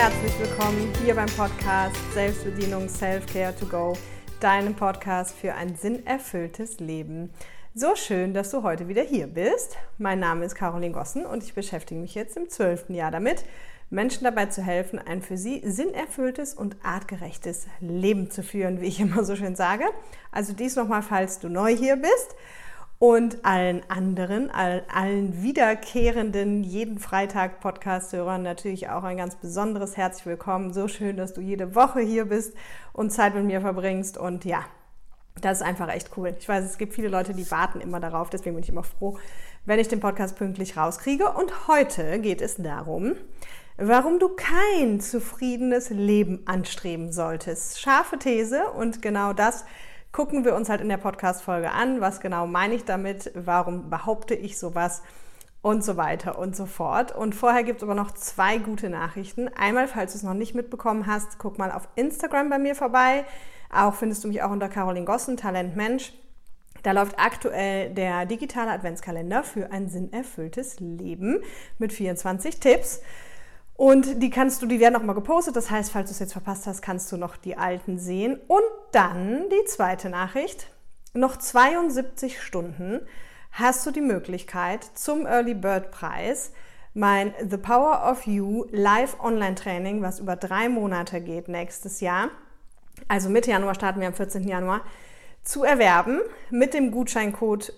herzlich willkommen hier beim Podcast Selbstbedienung Self-Care to Go, deinem Podcast für ein sinnerfülltes Leben. So schön, dass du heute wieder hier bist. Mein Name ist Caroline Gossen und ich beschäftige mich jetzt im 12. Jahr damit, Menschen dabei zu helfen, ein für sie sinnerfülltes und artgerechtes Leben zu führen, wie ich immer so schön sage. Also dies nochmal, falls du neu hier bist. Und allen anderen, allen wiederkehrenden, jeden Freitag Podcast-Hörern natürlich auch ein ganz besonderes herzlich willkommen. So schön, dass du jede Woche hier bist und Zeit mit mir verbringst. Und ja, das ist einfach echt cool. Ich weiß, es gibt viele Leute, die warten immer darauf. Deswegen bin ich immer froh, wenn ich den Podcast pünktlich rauskriege. Und heute geht es darum, warum du kein zufriedenes Leben anstreben solltest. Scharfe These, und genau das gucken wir uns halt in der Podcast-Folge an. Was genau meine ich damit? Warum behaupte ich sowas? Und so weiter und so fort. Und vorher gibt es aber noch 2 gute Nachrichten. Einmal, falls du es noch nicht mitbekommen hast, guck mal auf Instagram bei mir vorbei. Auch findest du mich auch unter Caroline Gossen, Talentmensch. Da läuft aktuell der digitale Adventskalender für ein sinnerfülltes Leben mit 24 Tipps. Und die werden auch mal gepostet, das heißt, falls du es jetzt verpasst hast, kannst du noch die alten sehen. Und dann die zweite Nachricht, noch 72 Stunden hast du die Möglichkeit zum Early Bird Preis, mein The Power of You Live Online Training, was über 3 Monate geht nächstes Jahr, also Mitte Januar starten wir am 14. Januar, zu erwerben. Mit dem Gutscheincode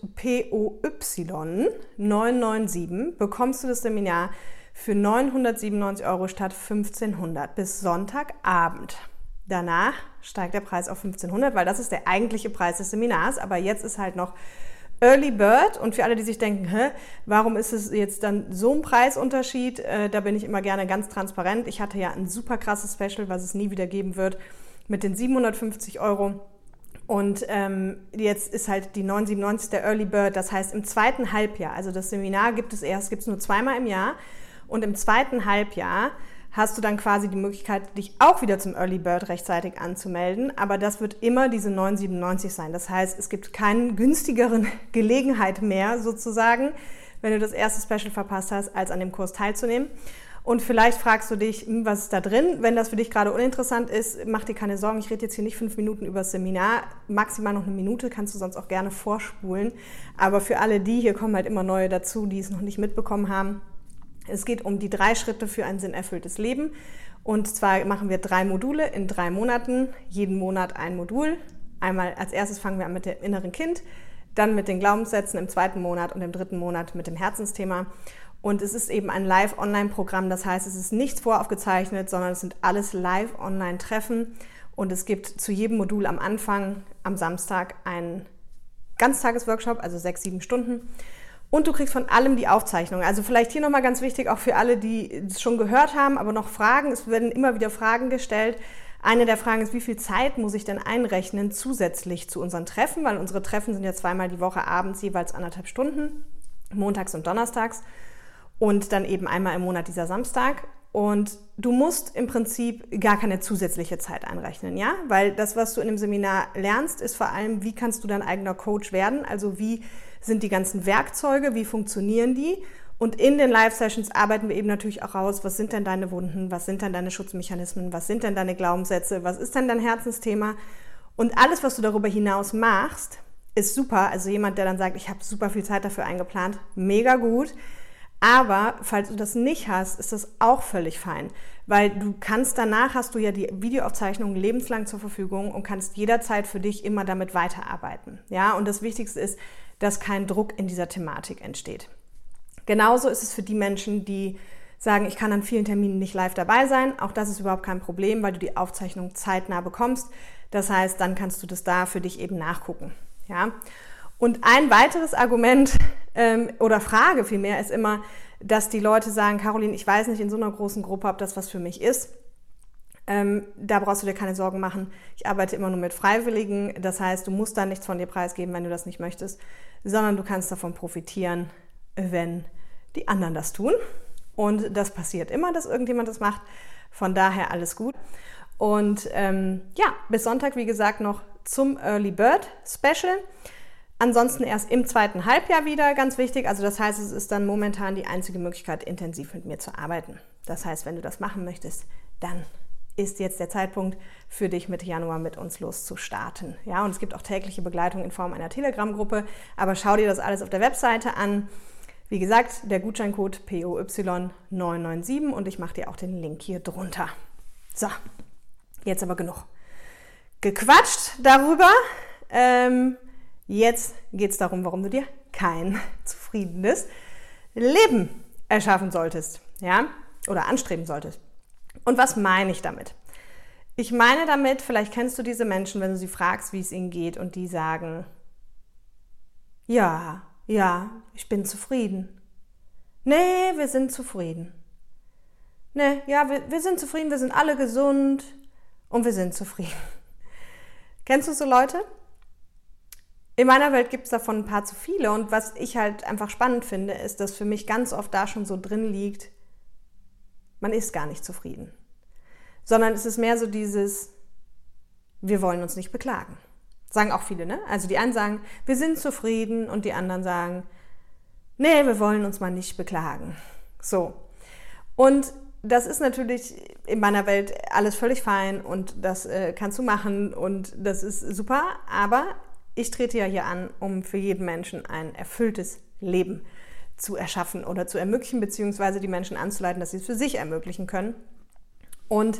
POY997 bekommst du das Seminar für 997 € statt 1500 bis Sonntagabend. Danach steigt der Preis auf 1500, weil das ist der eigentliche Preis des Seminars. Aber jetzt ist halt noch Early Bird. Und für alle, die sich denken, warum ist es jetzt dann so ein Preisunterschied? Da bin ich immer gerne ganz transparent. Ich hatte ja ein super krasses Special, was es nie wieder geben wird, mit den 750 €. Und jetzt ist halt die 997 der Early Bird. Das heißt, im zweiten Halbjahr, also das Seminar gibt es nur 2-mal im Jahr. Und im zweiten Halbjahr hast du dann quasi die Möglichkeit, dich auch wieder zum Early Bird rechtzeitig anzumelden. Aber das wird immer diese 997 sein. Das heißt, es gibt keinen günstigeren Gelegenheit mehr sozusagen, wenn du das erste Special verpasst hast, als an dem Kurs teilzunehmen. Und vielleicht fragst du dich, was ist da drin? Wenn das für dich gerade uninteressant ist, mach dir keine Sorgen. Ich rede jetzt hier nicht 5 Minuten über das Seminar. Maximal noch 1 Minute, kannst du sonst auch gerne vorspulen. Aber für alle hier kommen halt immer neue dazu, die es noch nicht mitbekommen haben. Es geht um die 3 Schritte für ein sinnerfülltes Leben. Und zwar machen wir 3 Module in 3 Monaten, jeden Monat ein Modul. Einmal als erstes fangen wir an mit dem inneren Kind, dann mit den Glaubenssätzen im 2. Monat und im 3. Monat mit dem Herzensthema. Und es ist eben ein Live-Online-Programm, das heißt, es ist nichts voraufgezeichnet, sondern es sind alles Live-Online-Treffen. Und es gibt zu jedem Modul am Anfang, am Samstag, einen Ganztagesworkshop, also 6-7 Stunden. Und du kriegst von allem die Aufzeichnung. Also vielleicht hier nochmal ganz wichtig, auch für alle, die es schon gehört haben, aber noch Fragen. Es werden immer wieder Fragen gestellt. Eine der Fragen ist, wie viel Zeit muss ich denn einrechnen zusätzlich zu unseren Treffen? Weil unsere Treffen sind ja 2-mal die Woche abends jeweils 1,5 Stunden, montags und donnerstags. Und dann eben einmal im Monat dieser Samstag. Und du musst im Prinzip gar keine zusätzliche Zeit einrechnen, ja? Weil das, was du in dem Seminar lernst, ist vor allem, wie kannst du dein eigener Coach werden? Also wie sind die ganzen Werkzeuge, wie funktionieren die? Und in den Live-Sessions arbeiten wir eben natürlich auch raus, was sind denn deine Wunden, was sind denn deine Schutzmechanismen, was sind denn deine Glaubenssätze, was ist denn dein Herzensthema? Und alles, was du darüber hinaus machst, ist super. Also jemand, der dann sagt, ich habe super viel Zeit dafür eingeplant, mega gut. Aber falls du das nicht hast, ist das auch völlig fein, weil hast du ja die Videoaufzeichnung lebenslang zur Verfügung und kannst jederzeit für dich immer damit weiterarbeiten. Ja, und das Wichtigste ist, dass kein Druck in dieser Thematik entsteht. Genauso ist es für die Menschen, die sagen, ich kann an vielen Terminen nicht live dabei sein. Auch das ist überhaupt kein Problem, weil du die Aufzeichnung zeitnah bekommst. Das heißt, dann kannst du das da für dich eben nachgucken. Ja? Und ein weiteres Argument oder Frage vielmehr ist immer, dass die Leute sagen, Caroline, ich weiß nicht in so einer großen Gruppe, ob das was für mich ist. Da brauchst du dir keine Sorgen machen. Ich arbeite immer nur mit Freiwilligen. Das heißt, du musst da nichts von dir preisgeben, wenn du das nicht möchtest, sondern du kannst davon profitieren, wenn die anderen das tun. Und das passiert immer, dass irgendjemand das macht. Von daher alles gut. Und bis Sonntag, wie gesagt, noch zum Early Bird Special. Ansonsten erst im zweiten Halbjahr wieder, ganz wichtig. Also das heißt, es ist dann momentan die einzige Möglichkeit, intensiv mit mir zu arbeiten. Das heißt, wenn du das machen möchtest, dann ist jetzt der Zeitpunkt für dich, Mitte Januar mit uns loszustarten. Ja, und es gibt auch tägliche Begleitung in Form einer Telegram-Gruppe, aber schau dir das alles auf der Webseite an. Wie gesagt, der Gutscheincode POY997 und ich mache dir auch den Link hier drunter. So, jetzt aber genug gequatscht darüber. Jetzt geht es darum, warum du dir kein zufriedenes Leben erschaffen solltest, ja, oder anstreben solltest. Und was meine ich damit? Ich meine damit, vielleicht kennst du diese Menschen, wenn du sie fragst, wie es ihnen geht und die sagen, ja, ich bin zufrieden. Nee, wir sind zufrieden. Nee, ja, wir sind zufrieden, wir sind alle gesund und wir sind zufrieden. Kennst du so Leute? In meiner Welt gibt es davon ein paar zu viele und was ich halt einfach spannend finde, ist, dass für mich ganz oft da schon so drin liegt, man ist gar nicht zufrieden. Sondern es ist mehr so dieses, wir wollen uns nicht beklagen. Sagen auch viele, ne? Also die einen sagen, wir sind zufrieden und die anderen sagen, nee, wir wollen uns mal nicht beklagen. So. Und das ist natürlich in meiner Welt alles völlig fein und das kannst du machen und das ist super, aber ich trete ja hier an, um für jeden Menschen ein erfülltes Leben zu erschaffen oder zu ermöglichen, beziehungsweise die Menschen anzuleiten, dass sie es für sich ermöglichen können. Und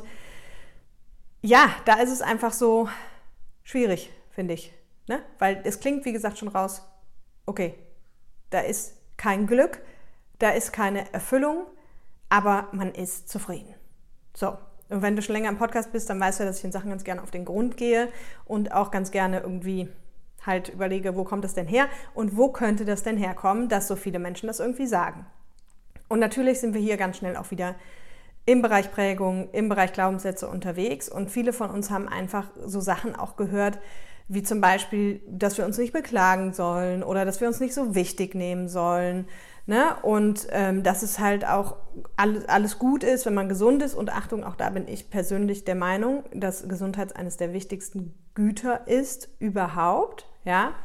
ja, da ist es einfach so schwierig, finde ich. Ne? Weil es klingt, wie gesagt, schon raus, okay, da ist kein Glück, da ist keine Erfüllung, aber man ist zufrieden. So, und wenn du schon länger im Podcast bist, dann weißt du, dass ich in Sachen ganz gerne auf den Grund gehe und auch ganz gerne irgendwie halt überlege, wo kommt das denn her und wo könnte das denn herkommen, dass so viele Menschen das irgendwie sagen. Und natürlich sind wir hier ganz schnell auch wieder im Bereich Prägung, im Bereich Glaubenssätze unterwegs und viele von uns haben einfach so Sachen auch gehört, wie zum Beispiel, dass wir uns nicht beklagen sollen oder dass wir uns nicht so wichtig nehmen sollen, ne? Und dass es halt auch alles gut ist, wenn man gesund ist und Achtung, auch da bin ich persönlich der Meinung, dass Gesundheit eines der wichtigsten Güter ist überhaupt, ja,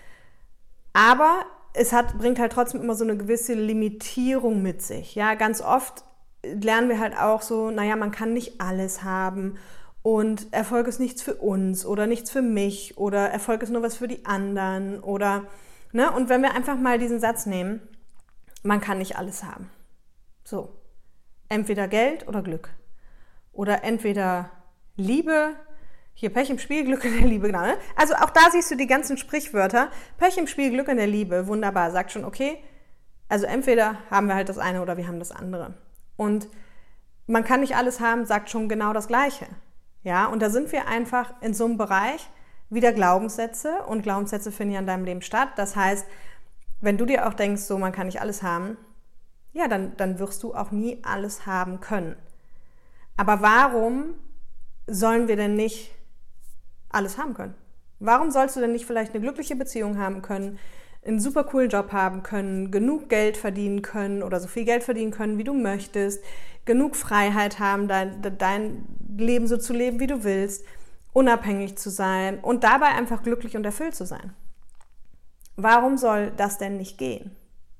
aber es bringt halt trotzdem immer so eine gewisse Limitierung mit sich, ja, ganz oft lernen wir halt auch so, naja, man kann nicht alles haben und Erfolg ist nichts für uns oder nichts für mich oder Erfolg ist nur was für die anderen oder, ne, und wenn wir einfach mal diesen Satz nehmen, man kann nicht alles haben. So, entweder Geld oder Glück oder entweder Liebe, hier Pech im Spiel, Glück in der Liebe, genau, ne? Also auch da siehst du die ganzen Sprichwörter, Pech im Spiel, Glück in der Liebe, wunderbar, sagt schon, okay, also entweder haben wir halt das eine oder wir haben das andere. Und man kann nicht alles haben, sagt schon genau das Gleiche. Ja, und da sind wir einfach in so einem Bereich wieder Glaubenssätze und Glaubenssätze finden ja in deinem Leben statt. Das heißt, wenn du dir auch denkst, so man kann nicht alles haben, ja, dann wirst du auch nie alles haben können. Aber warum sollen wir denn nicht alles haben können? Warum sollst du denn nicht vielleicht eine glückliche Beziehung haben können, einen super coolen Job haben können, genug Geld verdienen können oder so viel Geld verdienen können, wie du möchtest, genug Freiheit haben, dein Leben so zu leben, wie du willst, unabhängig zu sein und dabei einfach glücklich und erfüllt zu sein? Warum soll das denn nicht gehen?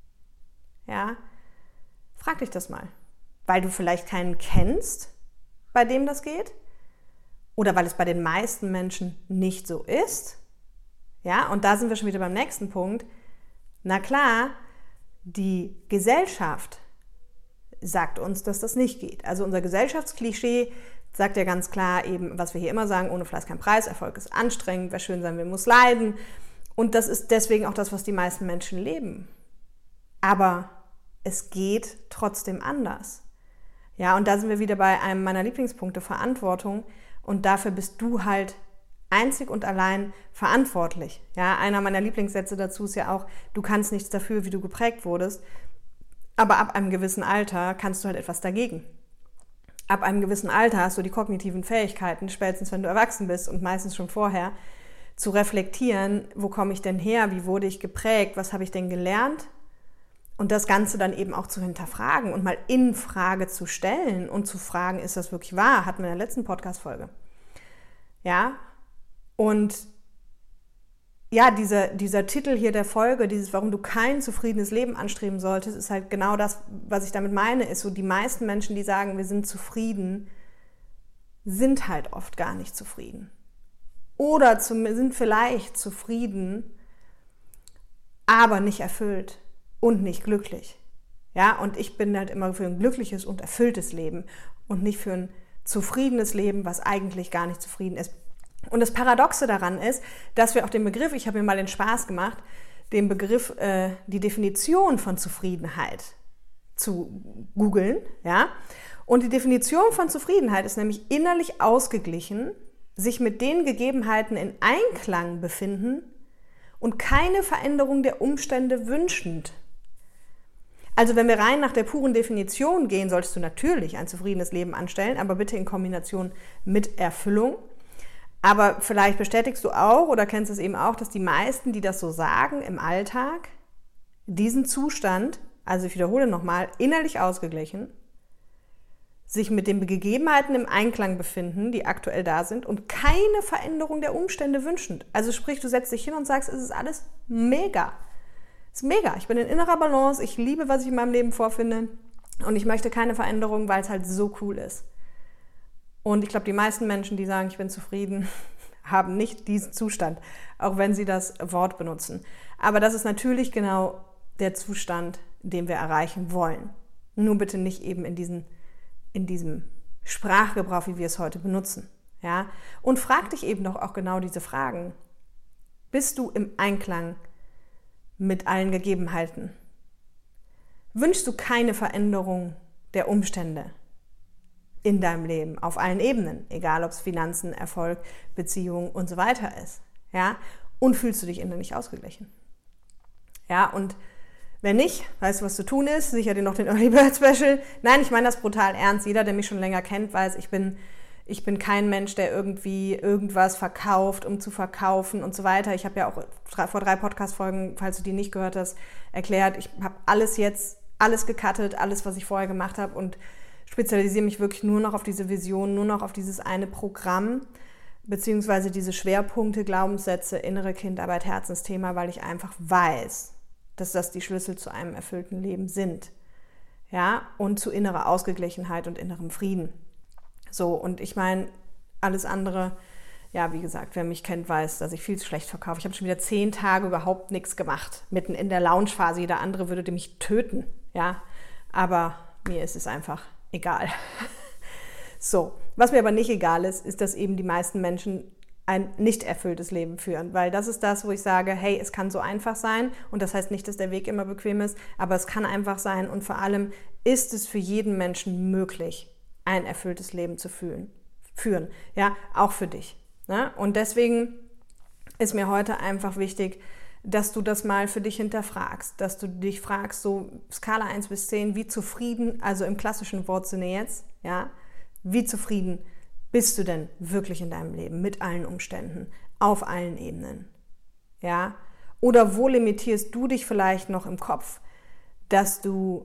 Ja, frag dich das mal. Weil du vielleicht keinen kennst, bei dem das geht? Oder weil es bei den meisten Menschen nicht so ist? Ja, und da sind wir schon wieder beim nächsten Punkt. Na klar, die Gesellschaft sagt uns, dass das nicht geht. Also unser Gesellschaftsklischee sagt ja ganz klar eben, was wir hier immer sagen, ohne Fleiß kein Preis, Erfolg ist anstrengend, wer schön sein will, muss leiden. Und das ist deswegen auch das, was die meisten Menschen leben. Aber es geht trotzdem anders. Ja, und da sind wir wieder bei einem meiner Lieblingspunkte, Verantwortung. Und dafür bist du halt einzig und allein verantwortlich. Ja, einer meiner Lieblingssätze dazu ist ja auch, du kannst nichts dafür, wie du geprägt wurdest, aber ab einem gewissen Alter kannst du halt etwas dagegen. Ab einem gewissen Alter hast du die kognitiven Fähigkeiten, spätestens wenn du erwachsen bist und meistens schon vorher, zu reflektieren, wo komme ich denn her, wie wurde ich geprägt, was habe ich denn gelernt? Und das Ganze dann eben auch zu hinterfragen und mal in Frage zu stellen und zu fragen, ist das wirklich wahr? Hatten wir in der letzten Podcast-Folge. Ja, und ja, dieser Titel hier der Folge, warum du kein zufriedenes Leben anstreben solltest, ist halt genau das, was ich damit meine, ist so die meisten Menschen, die sagen, wir sind zufrieden, sind halt oft gar nicht zufrieden. Oder sind vielleicht zufrieden, aber nicht erfüllt und nicht glücklich. Ja, und ich bin halt immer für ein glückliches und erfülltes Leben und nicht für ein zufriedenes Leben, was eigentlich gar nicht zufrieden ist. Und das Paradoxe daran ist, dass wir auch den Begriff, ich habe mir mal den Spaß gemacht, den Begriff, die Definition von Zufriedenheit zu googeln, ja. Und die Definition von Zufriedenheit ist nämlich innerlich ausgeglichen, sich mit den Gegebenheiten in Einklang befinden und keine Veränderung der Umstände wünschend. Also wenn wir rein nach der puren Definition gehen, solltest du natürlich ein zufriedenes Leben anstellen, aber bitte in Kombination mit Erfüllung. Aber vielleicht bestätigst du auch oder kennst es eben auch, dass die meisten, die das so sagen im Alltag, diesen Zustand, also ich wiederhole nochmal, innerlich ausgeglichen, sich mit den Gegebenheiten im Einklang befinden, die aktuell da sind und keine Veränderung der Umstände wünschend. Also sprich, du setzt dich hin und sagst, es ist alles mega. Es ist mega. Ich bin in innerer Balance, ich liebe, was ich in meinem Leben vorfinde und ich möchte keine Veränderung, weil es halt so cool ist. Und ich glaube, die meisten Menschen, die sagen, ich bin zufrieden, haben nicht diesen Zustand, auch wenn sie das Wort benutzen. Aber das ist natürlich genau der Zustand, den wir erreichen wollen. Nur bitte nicht eben in diesem Sprachgebrauch, wie wir es heute benutzen. Ja? Und frag dich eben doch auch genau diese Fragen. Bist du im Einklang mit allen Gegebenheiten? Wünschst du keine Veränderung der Umstände in deinem Leben, auf allen Ebenen, egal ob es Finanzen, Erfolg, Beziehungen und so weiter ist, ja? Und fühlst du dich innerlich ausgeglichen? Ja, und wenn nicht, weißt du, was zu tun ist? Sicher dir noch den Early Bird Special. Nein, ich meine das brutal ernst. Jeder, der mich schon länger kennt, weiß, ich bin kein Mensch, der irgendwie irgendwas verkauft, um zu verkaufen und so weiter. Ich habe ja auch vor 3 Podcast-Folgen, falls du die nicht gehört hast, erklärt, ich habe alles gecuttet, alles, was ich vorher gemacht habe und spezialisiere mich wirklich nur noch auf diese Vision, nur noch auf dieses eine Programm, beziehungsweise diese Schwerpunkte, Glaubenssätze, innere Kindarbeit, Herzensthema, weil ich einfach weiß, dass das die Schlüssel zu einem erfüllten Leben sind. Ja, und zu innerer Ausgeglichenheit und innerem Frieden. So, und ich meine, alles andere, ja, wie gesagt, wer mich kennt, weiß, dass ich viel zu schlecht verkaufe. Ich habe schon wieder 10 Tage überhaupt nichts gemacht, mitten in der Launchphase. Jeder andere würde mich töten, ja, aber mir ist es einfach egal. So, was mir aber nicht egal ist, dass eben die meisten Menschen ein nicht erfülltes Leben führen, weil das ist das, wo ich sage, hey, es kann so einfach sein und das heißt nicht, dass der Weg immer bequem ist, aber es kann einfach sein und vor allem ist es für jeden Menschen möglich, ein erfülltes Leben zu führen, ja, auch für dich. Ne? Und deswegen ist mir heute einfach wichtig, dass du das mal für dich hinterfragst, dass du dich fragst, so Skala 1 bis 10, wie zufrieden, also im klassischen Wortsinne jetzt, ja, wie zufrieden bist du denn wirklich in deinem Leben mit allen Umständen, auf allen Ebenen, ja? Oder wo limitierst du dich vielleicht noch im Kopf, dass du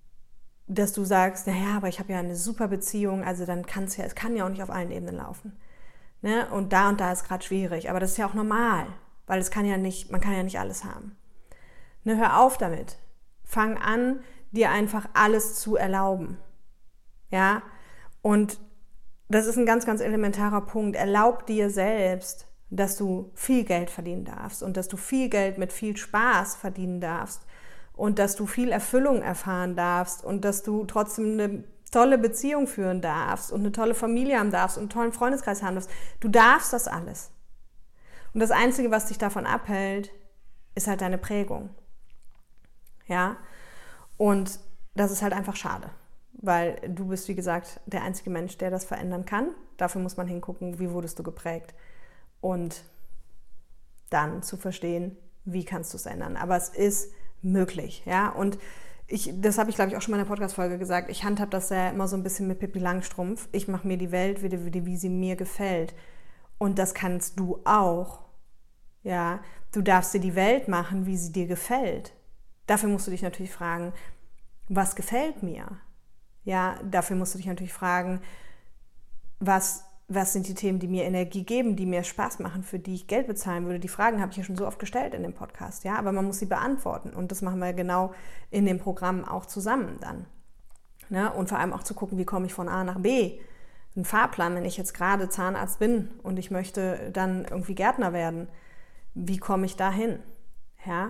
sagst, naja, aber ich habe ja eine super Beziehung, also dann es kann ja auch nicht auf allen Ebenen laufen, ne? Und da ist gerade schwierig, aber das ist ja auch normal. Weil man kann ja nicht alles haben. Ne, hör auf damit. Fang an, dir einfach alles zu erlauben. Ja? Und das ist ein ganz, ganz elementarer Punkt. Erlaub dir selbst, dass du viel Geld verdienen darfst und dass du viel Geld mit viel Spaß verdienen darfst und dass du viel Erfüllung erfahren darfst und dass du trotzdem eine tolle Beziehung führen darfst und eine tolle Familie haben darfst und einen tollen Freundeskreis haben darfst. Du darfst das alles. Und das Einzige, was dich davon abhält, ist halt deine Prägung. Ja? Und das ist halt einfach schade, weil du bist, wie gesagt, der einzige Mensch, der das verändern kann. Dafür muss man hingucken, wie wurdest du geprägt und dann zu verstehen, wie kannst du es ändern. Aber es ist möglich. Ja? Und das habe ich, glaube ich, auch schon mal in der Podcast-Folge gesagt, ich handhab das ja immer so ein bisschen mit Pippi Langstrumpf. Ich mache mir die Welt, wie sie mir gefällt. Und das kannst du auch. Ja, du darfst dir die Welt machen, wie sie dir gefällt. Dafür musst du dich natürlich fragen, was gefällt mir? Ja, dafür musst du dich natürlich fragen, was sind die Themen, die mir Energie geben, die mir Spaß machen, für die ich Geld bezahlen würde. Die Fragen habe ich ja schon so oft gestellt in dem Podcast, ja, aber man muss sie beantworten. Und das machen wir genau in dem Programm auch zusammen dann. Ne? Und vor allem auch zu gucken, wie komme ich von A nach B? einen Fahrplan, wenn ich jetzt gerade Zahnarzt bin und ich möchte dann irgendwie Gärtner werden. Wie komme ich da hin? Ja?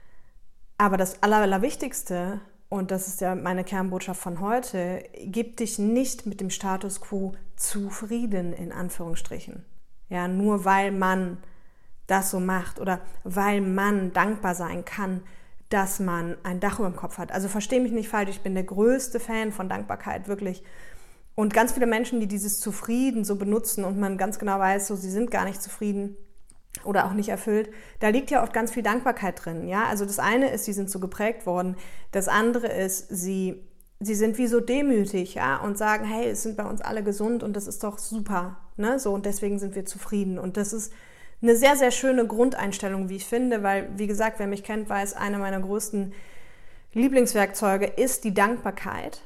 Aber das Allerwichtigste, und das ist ja meine Kernbotschaft von heute, gib dich nicht mit dem Status quo zufrieden, in Anführungsstrichen. Ja, nur weil man das so macht oder weil man dankbar sein kann, dass man ein Dach über dem Kopf hat. Also versteh mich nicht falsch, ich bin der größte Fan von Dankbarkeit, wirklich. Und ganz viele Menschen, die dieses Zufrieden so benutzen und man ganz genau weiß, so, sie sind gar nicht zufrieden oder auch nicht erfüllt, da liegt ja oft ganz viel Dankbarkeit drin. Ja? Also das eine ist, sie sind so geprägt worden. Das andere ist, sie sind wie so demütig, ja, und sagen, hey, es sind bei uns alle gesund und das ist doch super. Ne? So, und deswegen sind wir zufrieden. Und das ist eine sehr, sehr schöne Grundeinstellung, wie ich finde, weil, wie gesagt, wer mich kennt, weiß, einer meiner größten Lieblingswerkzeuge ist die Dankbarkeit.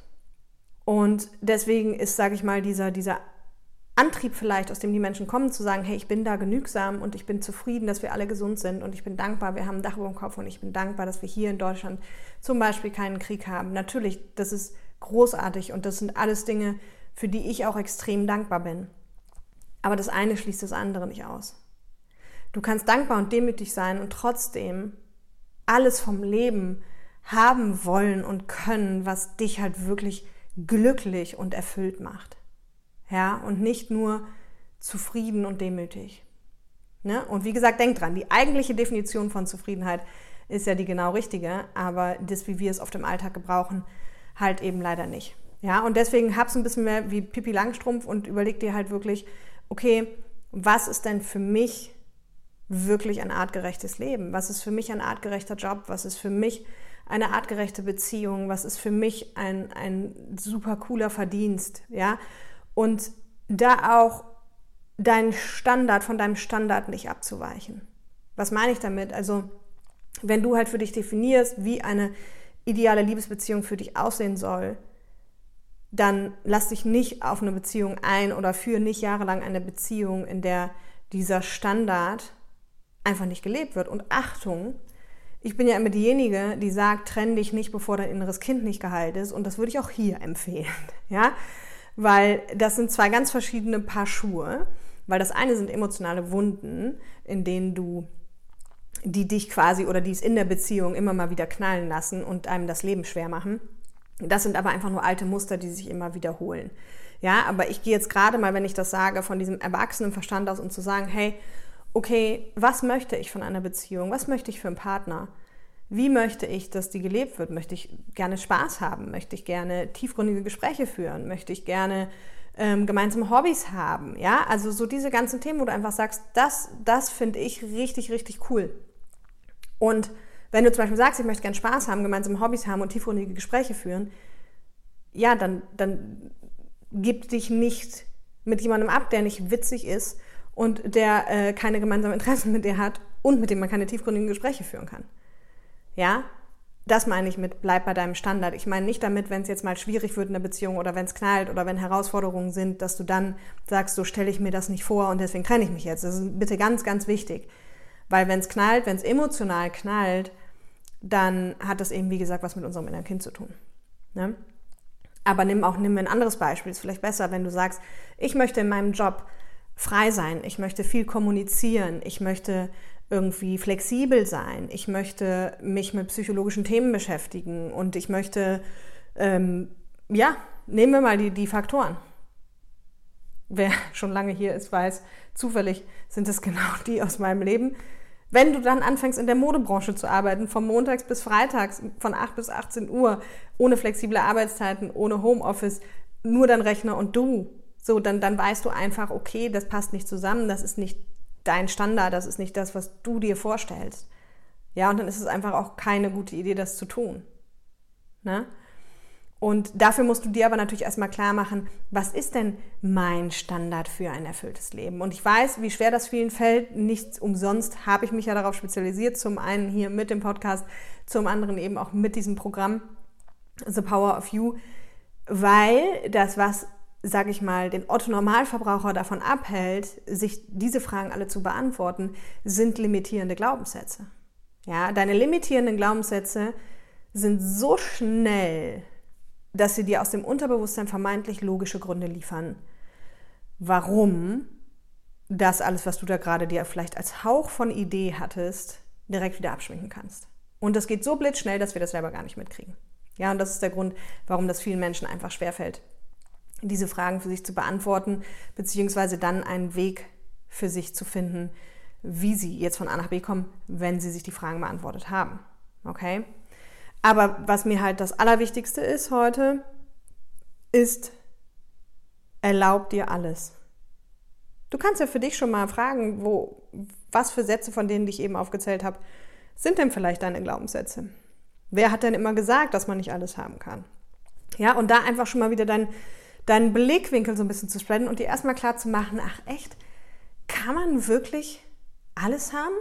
Und deswegen ist, sage ich mal, dieser Antrieb vielleicht, aus dem die Menschen kommen, zu sagen, hey, ich bin da genügsam und ich bin zufrieden, dass wir alle gesund sind und ich bin dankbar, wir haben ein Dach über dem Kopf und ich bin dankbar, dass wir hier in Deutschland zum Beispiel keinen Krieg haben. Natürlich, das ist großartig und das sind alles Dinge, für die ich auch extrem dankbar bin. Aber das eine schließt das andere nicht aus. Du kannst dankbar und demütig sein und trotzdem alles vom Leben haben wollen und können, was dich halt wirklich glücklich und erfüllt macht. Ja, und nicht nur zufrieden und demütig. Ne? Und wie gesagt, denk dran, die eigentliche Definition von Zufriedenheit ist ja die genau richtige, aber das, wie wir es oft im Alltag gebrauchen, halt eben leider nicht. Ja, und deswegen hab's ein bisschen mehr wie Pippi Langstrumpf und überleg dir halt wirklich, okay, was ist denn für mich wirklich ein artgerechtes Leben? Was ist für mich ein artgerechter Job? Was ist für mich eine artgerechte Beziehung? Was ist für mich ein super cooler Verdienst? Ja? Und da auch deinen Standard von deinem Standard nicht abzuweichen. Was meine ich damit? Also, wenn du halt für dich definierst, wie eine ideale Liebesbeziehung für dich aussehen soll, dann lass dich nicht auf eine Beziehung ein oder führe nicht jahrelang eine Beziehung, in der dieser Standard einfach nicht gelebt wird. Und Achtung, ich bin ja immer diejenige, die sagt, trenn dich nicht, bevor dein inneres Kind nicht geheilt ist. Und das würde ich auch hier empfehlen. Ja? Weil das sind zwei ganz verschiedene Paar Schuhe. Weil das eine sind emotionale Wunden, in denen die dich quasi oder die es in der Beziehung immer mal wieder knallen lassen und einem das Leben schwer machen. Das sind aber einfach nur alte Muster, die sich immer wiederholen. Ja, aber ich gehe jetzt gerade mal, wenn ich das sage, von diesem erwachsenen Verstand aus, um zu sagen, hey, okay, was möchte ich von einer Beziehung? Was möchte ich für einen Partner? Wie möchte ich, dass die gelebt wird? Möchte ich gerne Spaß haben? Möchte ich gerne tiefgründige Gespräche führen? Möchte ich gerne gemeinsame Hobbys haben? Ja, also so diese ganzen Themen, wo du einfach sagst, das finde ich richtig, richtig cool. Und wenn du zum Beispiel sagst, ich möchte gerne Spaß haben, gemeinsame Hobbys haben und tiefgründige Gespräche führen, ja, dann gib dich nicht mit jemandem ab, der nicht witzig ist und der keine gemeinsamen Interessen mit dir hat und mit dem man keine tiefgründigen Gespräche führen kann. Ja, das meine ich mit bleib bei deinem Standard. Ich meine nicht damit, wenn es jetzt mal schwierig wird in der Beziehung oder wenn es knallt oder wenn Herausforderungen sind, dass du dann sagst, so stelle ich mir das nicht vor und deswegen trenne ich mich jetzt. Das ist bitte ganz, ganz wichtig. Weil wenn es knallt, wenn es emotional knallt, dann hat das eben, wie gesagt, was mit unserem inneren Kind zu tun. Ne? Aber nimm wir ein anderes Beispiel, ist vielleicht besser, wenn du sagst, ich möchte in meinem Job frei sein, ich möchte viel kommunizieren, ich möchte irgendwie flexibel sein, ich möchte mich mit psychologischen Themen beschäftigen und ich möchte, nehmen wir mal die Faktoren. Wer schon lange hier ist, weiß, zufällig sind es genau die aus meinem Leben. Wenn du dann anfängst, in der Modebranche zu arbeiten, von montags bis freitags, von 8 bis 18 Uhr, ohne flexible Arbeitszeiten, ohne Homeoffice, nur dein Rechner und du, so, dann weißt du einfach, okay, das passt nicht zusammen, das ist nicht dein Standard, das ist nicht das, was du dir vorstellst. Ja, und dann ist es einfach auch keine gute Idee, das zu tun. Ne? Und dafür musst du dir aber natürlich erstmal klar machen, was ist denn mein Standard für ein erfülltes Leben? Und ich weiß, wie schwer das vielen fällt. Nicht umsonst habe ich mich ja darauf spezialisiert. Zum einen hier mit dem Podcast, zum anderen eben auch mit diesem Programm The Power of You, weil das, was, sage ich mal, den Otto-Normalverbraucher davon abhält, sich diese Fragen alle zu beantworten, sind limitierende Glaubenssätze. Ja, deine limitierenden Glaubenssätze sind so schnell, dass sie dir aus dem Unterbewusstsein vermeintlich logische Gründe liefern, warum das alles, was du da gerade dir vielleicht als Hauch von Idee hattest, direkt wieder abschminken kannst. Und das geht so blitzschnell, dass wir das selber gar nicht mitkriegen. Ja, und das ist der Grund, warum das vielen Menschen einfach schwerfällt, diese Fragen für sich zu beantworten, beziehungsweise dann einen Weg für sich zu finden, wie sie jetzt von A nach B kommen, wenn sie sich die Fragen beantwortet haben. Okay? Aber was mir halt das Allerwichtigste ist heute, ist, erlaub dir alles. Du kannst ja für dich schon mal fragen, was für Sätze von denen, die ich eben aufgezählt habe, sind denn vielleicht deine Glaubenssätze? Wer hat denn immer gesagt, dass man nicht alles haben kann? Ja, und da einfach schon mal wieder deinen Blickwinkel so ein bisschen zu spreaden und dir erstmal klar zu machen, ach echt, kann man wirklich alles haben?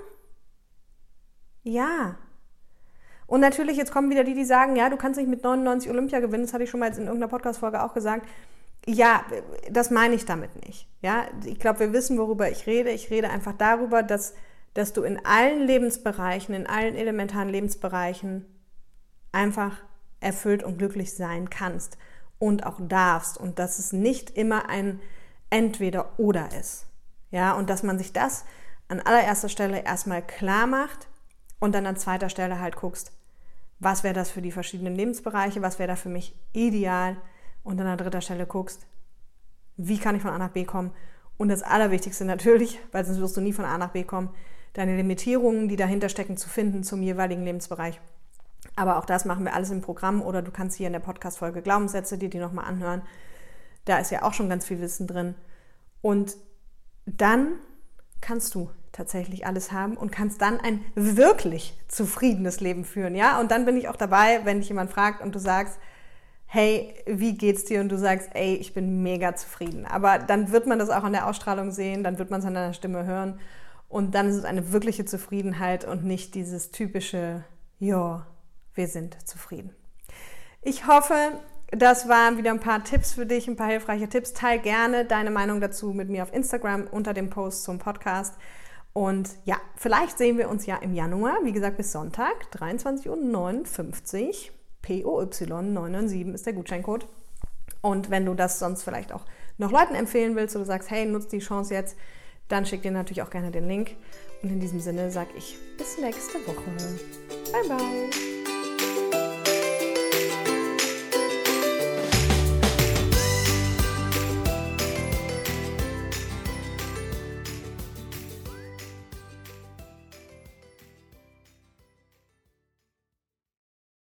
Ja. Und natürlich, jetzt kommen wieder die sagen, ja, du kannst nicht mit 99 Olympia gewinnen, das hatte ich schon mal jetzt in irgendeiner Podcast-Folge auch gesagt. Ja, das meine ich damit nicht. Ja, ich glaube, wir wissen, worüber ich rede. Ich rede einfach darüber, dass du in allen Lebensbereichen, in allen elementaren Lebensbereichen einfach erfüllt und glücklich sein kannst und auch darfst und dass es nicht immer ein Entweder-Oder ist. Ja, und dass man sich das an allererster Stelle erstmal klar macht und dann an zweiter Stelle halt guckst, was wäre das für die verschiedenen Lebensbereiche, was wäre da für mich ideal und dann an dritter Stelle guckst, wie kann ich von A nach B kommen und das Allerwichtigste natürlich, weil sonst wirst du nie von A nach B kommen, deine Limitierungen, die dahinter stecken, zu finden zum jeweiligen Lebensbereich. Aber auch das machen wir alles im Programm oder du kannst hier in der Podcast-Folge Glaubenssätze dir die nochmal anhören. Da ist ja auch schon ganz viel Wissen drin. Und dann kannst du tatsächlich alles haben und kannst dann ein wirklich zufriedenes Leben führen. Ja? Und dann bin ich auch dabei, wenn dich jemand fragt und du sagst, hey, wie geht's dir? Und du sagst, ey, ich bin mega zufrieden. Aber dann wird man das auch an der Ausstrahlung sehen, dann wird man es an deiner Stimme hören. Und dann ist es eine wirkliche Zufriedenheit und nicht dieses typische, ja, wir sind zufrieden. Ich hoffe, das waren wieder ein paar Tipps für dich, ein paar hilfreiche Tipps. Teil gerne deine Meinung dazu mit mir auf Instagram unter dem Post zum Podcast. Und ja, vielleicht sehen wir uns ja im Januar, wie gesagt, bis Sonntag, 23:59 Uhr. POY997 ist der Gutscheincode. Und wenn du das sonst vielleicht auch noch Leuten empfehlen willst oder sagst, hey, nutzt die Chance jetzt, dann schick dir natürlich auch gerne den Link. Und in diesem Sinne sage ich bis nächste Woche. Bye, bye.